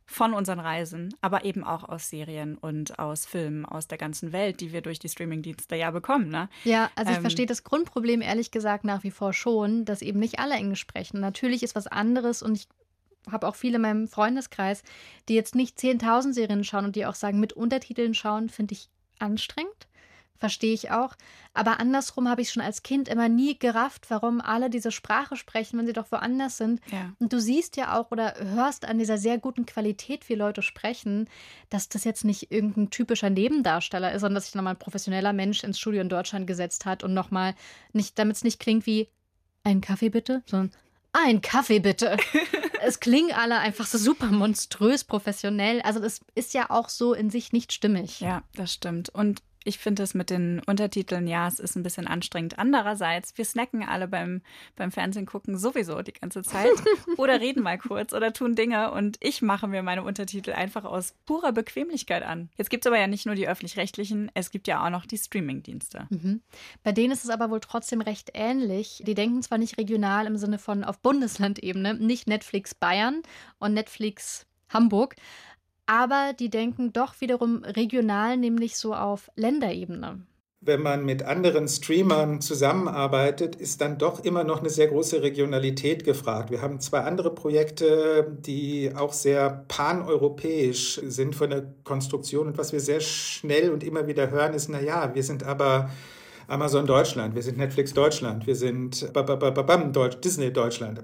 von unseren Reisen, aber eben auch aus Serien und aus Filmen aus der ganzen Welt, die wir durch die Streamingdienste ja bekommen. Ne? Ja, also ich verstehe das Grundproblem ehrlich gesagt nach wie vor schon, dass eben nicht alle Englisch sprechen. Natürlich ist was anderes und ich habe auch viele in meinem Freundeskreis, die jetzt nicht 10.000 Serien schauen und die auch sagen, mit Untertiteln schauen, finde ich anstrengend. Verstehe ich auch. Aber andersrum habe ich schon als Kind immer nie gerafft, warum alle diese Sprache sprechen, wenn sie doch woanders sind. Ja. Und du siehst ja auch oder hörst an dieser sehr guten Qualität, wie Leute sprechen, dass das jetzt nicht irgendein typischer Nebendarsteller ist, sondern dass sich nochmal ein professioneller Mensch ins Studio in Deutschland gesetzt hat und nochmal nicht, damit es nicht klingt wie einen Kaffee bitte, sondern ein Kaffee bitte. Es klingen alle einfach so super monströs professionell. Also das ist ja auch so in sich nicht stimmig. Ja, das stimmt. Und ich finde es mit den Untertiteln, ja, es ist ein bisschen anstrengend. Andererseits, wir snacken alle beim Fernsehen gucken sowieso die ganze Zeit oder reden mal kurz oder tun Dinge und ich mache mir meine Untertitel einfach aus purer Bequemlichkeit an. Jetzt gibt es aber ja nicht nur die Öffentlich-Rechtlichen, es gibt ja auch noch die Streaming-Dienste. Mhm. Bei denen ist es aber wohl trotzdem recht ähnlich. Die denken zwar nicht regional im Sinne von auf Bundeslandebene, nicht Netflix Bayern und Netflix Hamburg, aber die denken doch wiederum regional, nämlich so auf Länderebene. Wenn man mit anderen Streamern zusammenarbeitet, ist dann doch immer noch eine sehr große Regionalität gefragt. Wir haben 2 andere Projekte, die auch sehr paneuropäisch sind von der Konstruktion. Und was wir sehr schnell und immer wieder hören, ist, naja, wir sind aber Amazon Deutschland, wir sind Netflix Deutschland, wir sind Disney Deutschland.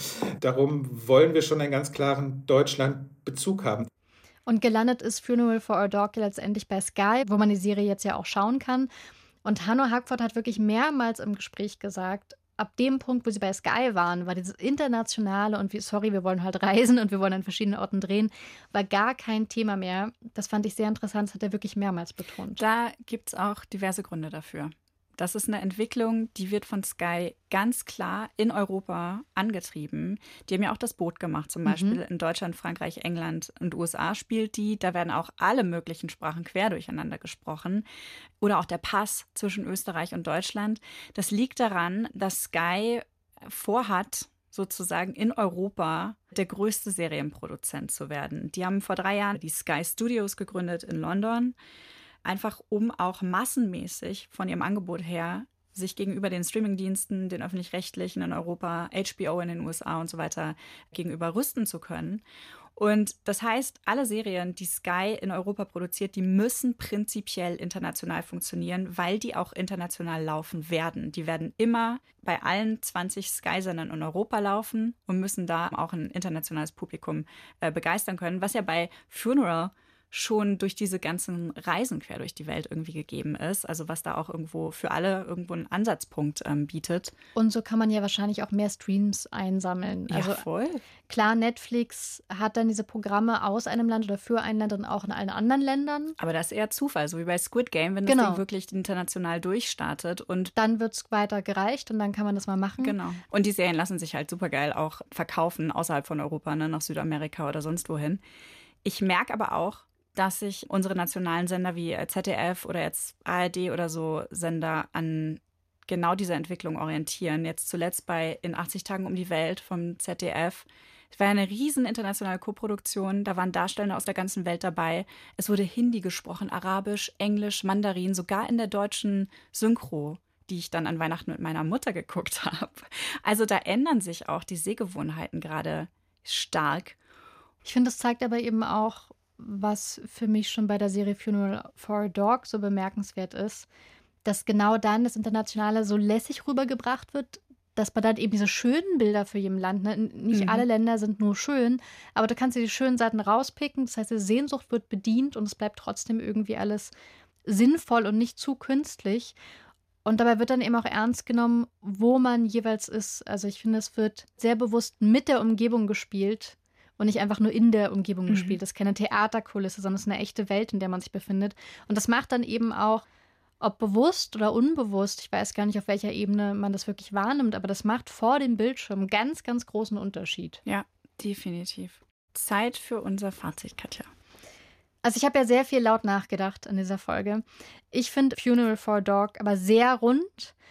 Darum wollen wir schon einen ganz klaren Deutschland-Bezug haben. Und gelandet ist Funeral for a Dog letztendlich bei Sky, wo man die Serie jetzt ja auch schauen kann. Und Hanno Hackford hat wirklich mehrmals im Gespräch gesagt, ab dem Punkt, wo sie bei Sky waren, war dieses Internationale und wir wollen halt reisen und wir wollen an verschiedenen Orten drehen, war gar kein Thema mehr. Das fand ich sehr interessant, das hat er wirklich mehrmals betont. Da gibt es auch diverse Gründe dafür. Das ist eine Entwicklung, die wird von Sky ganz klar in Europa angetrieben. Die haben ja auch das Boot gemacht, zum Beispiel in Deutschland, Frankreich, England und USA spielt die. Da werden auch alle möglichen Sprachen quer durcheinander gesprochen. Oder auch der Pass zwischen Österreich und Deutschland. Das liegt daran, dass Sky vorhat, sozusagen in Europa der größte Serienproduzent zu werden. Die haben vor 3 Jahren die Sky Studios gegründet in London. Einfach um auch massenmäßig von ihrem Angebot her sich gegenüber den Streamingdiensten, den öffentlich-rechtlichen in Europa, HBO in den USA und so weiter gegenüber rüsten zu können. Und das heißt, alle Serien, die Sky in Europa produziert, die müssen prinzipiell international funktionieren, weil die auch international laufen werden. Die werden immer bei allen 20 Sky-Sendern in Europa laufen und müssen da auch ein internationales Publikum begeistern können, was ja bei Funeral schon durch diese ganzen Reisen quer durch die Welt irgendwie gegeben ist. Also was da auch irgendwo für alle irgendwo einen Ansatzpunkt bietet. Und so kann man ja wahrscheinlich auch mehr Streams einsammeln. Also ja, voll. Klar, Netflix hat dann diese Programme aus einem Land oder für ein Land und auch in allen anderen Ländern. Aber das ist eher Zufall, so wie bei Squid Game, wenn das Ding wirklich international durchstartet. Und dann wird es weiter gereicht und dann kann man das mal machen. Genau. Und die Serien lassen sich halt supergeil auch verkaufen außerhalb von Europa, ne, nach Südamerika oder sonst wohin. Ich merke aber auch, dass sich unsere nationalen Sender wie ZDF oder jetzt ARD oder so Sender an genau dieser Entwicklung orientieren. Jetzt zuletzt bei In 80 Tagen um die Welt vom ZDF. Es war eine riesen internationale Koproduktion. Da waren Darsteller aus der ganzen Welt dabei. Es wurde Hindi gesprochen, Arabisch, Englisch, Mandarin, sogar in der deutschen Synchro, die ich dann an Weihnachten mit meiner Mutter geguckt habe. Also da ändern sich auch die Sehgewohnheiten gerade stark. Ich finde, das zeigt aber eben auch, was für mich schon bei der Serie Funeral for a Dog so bemerkenswert ist, dass genau dann das Internationale so lässig rübergebracht wird, dass man dann eben diese schönen Bilder für jedem Land, ne? Nicht alle Länder sind nur schön, aber du kannst dir die schönen Seiten rauspicken, das heißt, die Sehnsucht wird bedient und es bleibt trotzdem irgendwie alles sinnvoll und nicht zu künstlich. Und dabei wird dann eben auch ernst genommen, wo man jeweils ist. Also ich finde, es wird sehr bewusst mit der Umgebung gespielt, und nicht einfach nur in der Umgebung gespielt. Das ist keine Theaterkulisse, sondern es ist eine echte Welt, in der man sich befindet. Und das macht dann eben auch, ob bewusst oder unbewusst, ich weiß gar nicht, auf welcher Ebene man das wirklich wahrnimmt, aber das macht vor dem Bildschirm einen ganz, ganz großen Unterschied. Ja, definitiv. Zeit für unser Fazit, Katja. Also ich habe ja sehr viel laut nachgedacht an dieser Folge. Ich finde Funeral for a Dog aber sehr rund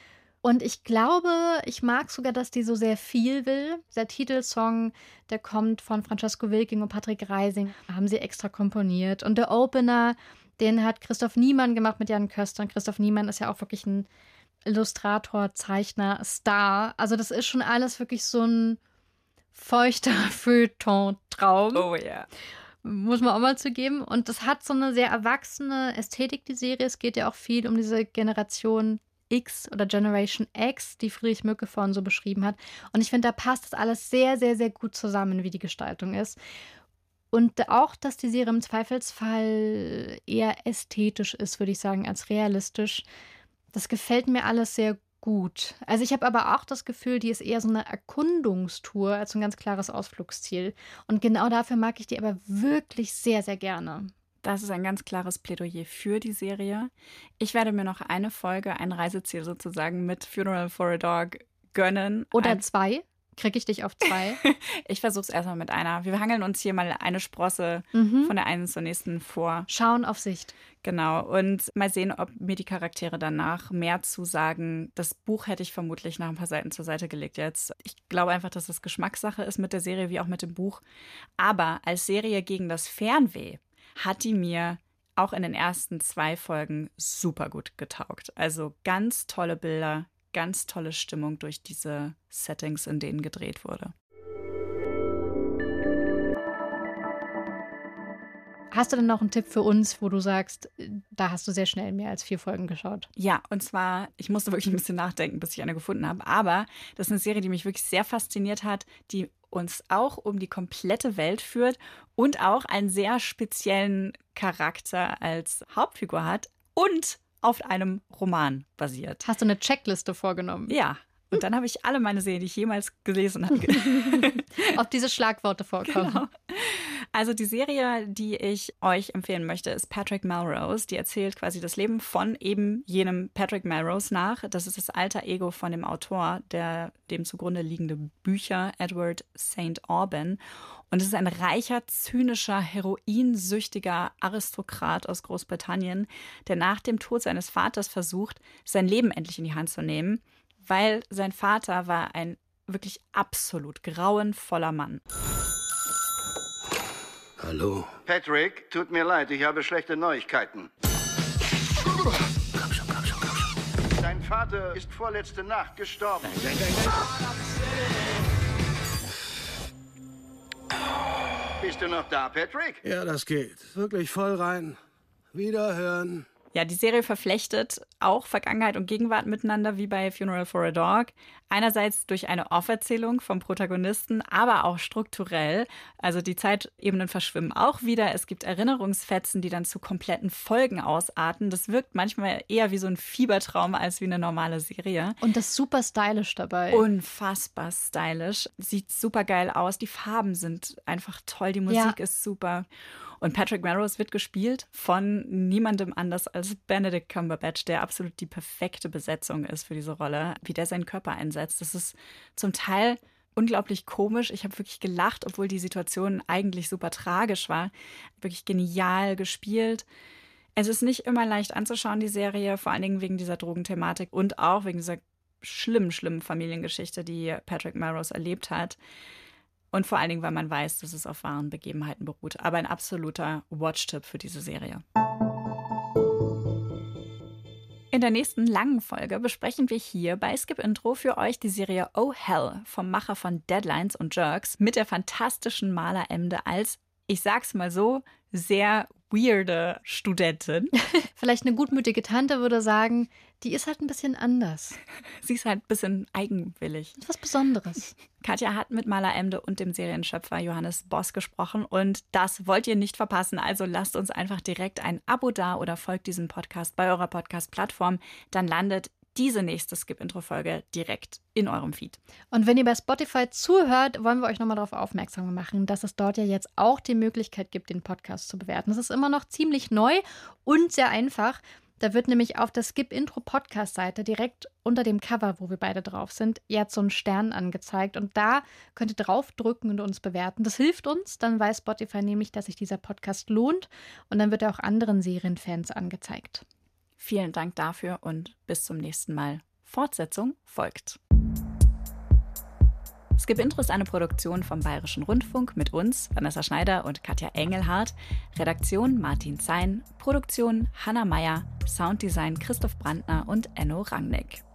Und ich glaube, ich mag sogar, dass die so sehr viel will. Der Titelsong, der kommt von Francesco Wilking und Patrick Reising, haben sie extra komponiert. Und der Opener, den hat Christoph Niemann gemacht mit Jan Köster. Und Christoph Niemann ist ja auch wirklich ein Illustrator, Zeichner, Star. Also das ist schon alles wirklich so ein feuchter Feuilleton-Traum. Oh ja. Muss man auch mal zugeben. Und das hat so eine sehr erwachsene Ästhetik, die Serie. Es geht ja auch viel um diese Generation X oder Generation X, die Friedrich Mücke vorhin so beschrieben hat. Und ich finde, da passt das alles sehr, sehr, sehr gut zusammen, wie die Gestaltung ist. Und auch, dass die Serie im Zweifelsfall eher ästhetisch ist, würde ich sagen, als realistisch. Das gefällt mir alles sehr gut. Also ich habe aber auch das Gefühl, die ist eher so eine Erkundungstour als ein ganz klares Ausflugsziel. Und genau dafür mag ich die aber wirklich sehr, sehr gerne. Das ist ein ganz klares Plädoyer für die Serie. Ich werde mir noch eine Folge, ein Reiseziel sozusagen mit Funeral for a Dog gönnen. Oder 2. Kriege ich dich auf 2? Ich versuche es erstmal mit einer. Wir hangeln uns hier mal eine Sprosse von der einen zur nächsten vor. Schauen auf Sicht. Genau. Und mal sehen, ob mir die Charaktere danach mehr zusagen. Das Buch hätte ich vermutlich nach ein paar Seiten zur Seite gelegt jetzt. Ich glaube einfach, dass das Geschmackssache ist mit der Serie wie auch mit dem Buch. Aber als Serie gegen das Fernweh hat die mir auch in den ersten 2 Folgen super gut getaugt. Also ganz tolle Bilder, ganz tolle Stimmung durch diese Settings, in denen gedreht wurde. Hast du denn noch einen Tipp für uns, wo du sagst, da hast du sehr schnell mehr als 4 Folgen geschaut? Ja, und zwar, ich musste wirklich ein bisschen nachdenken, bis ich eine gefunden habe, aber das ist eine Serie, die mich wirklich sehr fasziniert hat, die uns auch um die komplette Welt führt und auch einen sehr speziellen Charakter als Hauptfigur hat und auf einem Roman basiert. Hast du eine Checkliste vorgenommen? Ja. Und dann habe ich alle meine Serien, die ich jemals gelesen habe. Auf diese Schlagworte vorkommen. Genau. Also die Serie, die ich euch empfehlen möchte, ist Patrick Melrose. Die erzählt quasi das Leben von eben jenem Patrick Melrose nach. Das ist das alter Ego von dem Autor, der dem zugrunde liegende Bücher, Edward St. Alban. Und es ist ein reicher, zynischer, heroinsüchtiger Aristokrat aus Großbritannien, der nach dem Tod seines Vaters versucht, sein Leben endlich in die Hand zu nehmen, weil sein Vater war ein wirklich absolut grauenvoller Mann. Hallo. Patrick, tut mir leid, ich habe schlechte Neuigkeiten. Komm schon. Dein Vater ist vorletzte Nacht gestorben. Bist du noch da, Patrick? Ja, das geht. Wirklich voll rein. Wiederhören. Ja, die Serie verflechtet auch Vergangenheit und Gegenwart miteinander, wie bei Funeral for a Dog. Einerseits durch eine Auferzählung vom Protagonisten, aber auch strukturell. Also die Zeitebenen verschwimmen auch wieder. Es gibt Erinnerungsfetzen, die dann zu kompletten Folgen ausarten. Das wirkt manchmal eher wie so ein Fiebertraum als wie eine normale Serie. Und das ist super stylisch dabei. Unfassbar stylisch. Sieht super geil aus. Die Farben sind einfach toll. Die Musik ist super. Und Patrick Melrose wird gespielt von niemandem anders als Benedict Cumberbatch, der absolut die perfekte Besetzung ist für diese Rolle. Wie der seinen Körper einsetzt, das ist zum Teil unglaublich komisch. Ich habe wirklich gelacht, obwohl die Situation eigentlich super tragisch war. Wirklich genial gespielt. Es ist nicht immer leicht anzuschauen, die Serie, vor allen Dingen wegen dieser Drogenthematik und auch wegen dieser schlimmen Familiengeschichte, die Patrick Melrose erlebt hat. Und vor allen Dingen, weil man weiß, dass es auf wahren Begebenheiten beruht. Aber ein absoluter Watch-Tipp für diese Serie. In der nächsten langen Folge besprechen wir hier bei Skip Intro für euch die Serie Oh Hell vom Macher von Deadlines und Jerks mit der fantastischen Mala Emde als, ich sag's mal so, sehr weirde Studentin. Vielleicht eine gutmütige Tante würde sagen, die ist halt ein bisschen anders. Sie ist halt ein bisschen eigenwillig. Das ist was Besonderes. Katja hat mit Mala Emde und dem Serienschöpfer Johannes Boss gesprochen und das wollt ihr nicht verpassen. Also lasst uns einfach direkt ein Abo da oder folgt diesem Podcast bei eurer Podcast-Plattform. Dann landet diese nächste Skip-Intro-Folge direkt in eurem Feed. Und wenn ihr bei Spotify zuhört, wollen wir euch nochmal darauf aufmerksam machen, dass es dort ja jetzt auch die Möglichkeit gibt, den Podcast zu bewerten. Das ist immer noch ziemlich neu und sehr einfach. Da wird nämlich auf der Skip-Intro-Podcast-Seite direkt unter dem Cover, wo wir beide drauf sind, jetzt so ein Stern angezeigt. Und da könnt ihr draufdrücken und uns bewerten. Das hilft uns. Dann weiß Spotify nämlich, dass sich dieser Podcast lohnt. Und dann wird er auch anderen Serienfans angezeigt. Vielen Dank dafür und bis zum nächsten Mal. Fortsetzung folgt. Skip Intro ist eine Produktion vom Bayerischen Rundfunk mit uns, Vanessa Schneider und Katja Engelhardt. Redaktion Martin Zein, Produktion Hanna Meyer, Sounddesign Christoph Brandner und Enno Rangnick.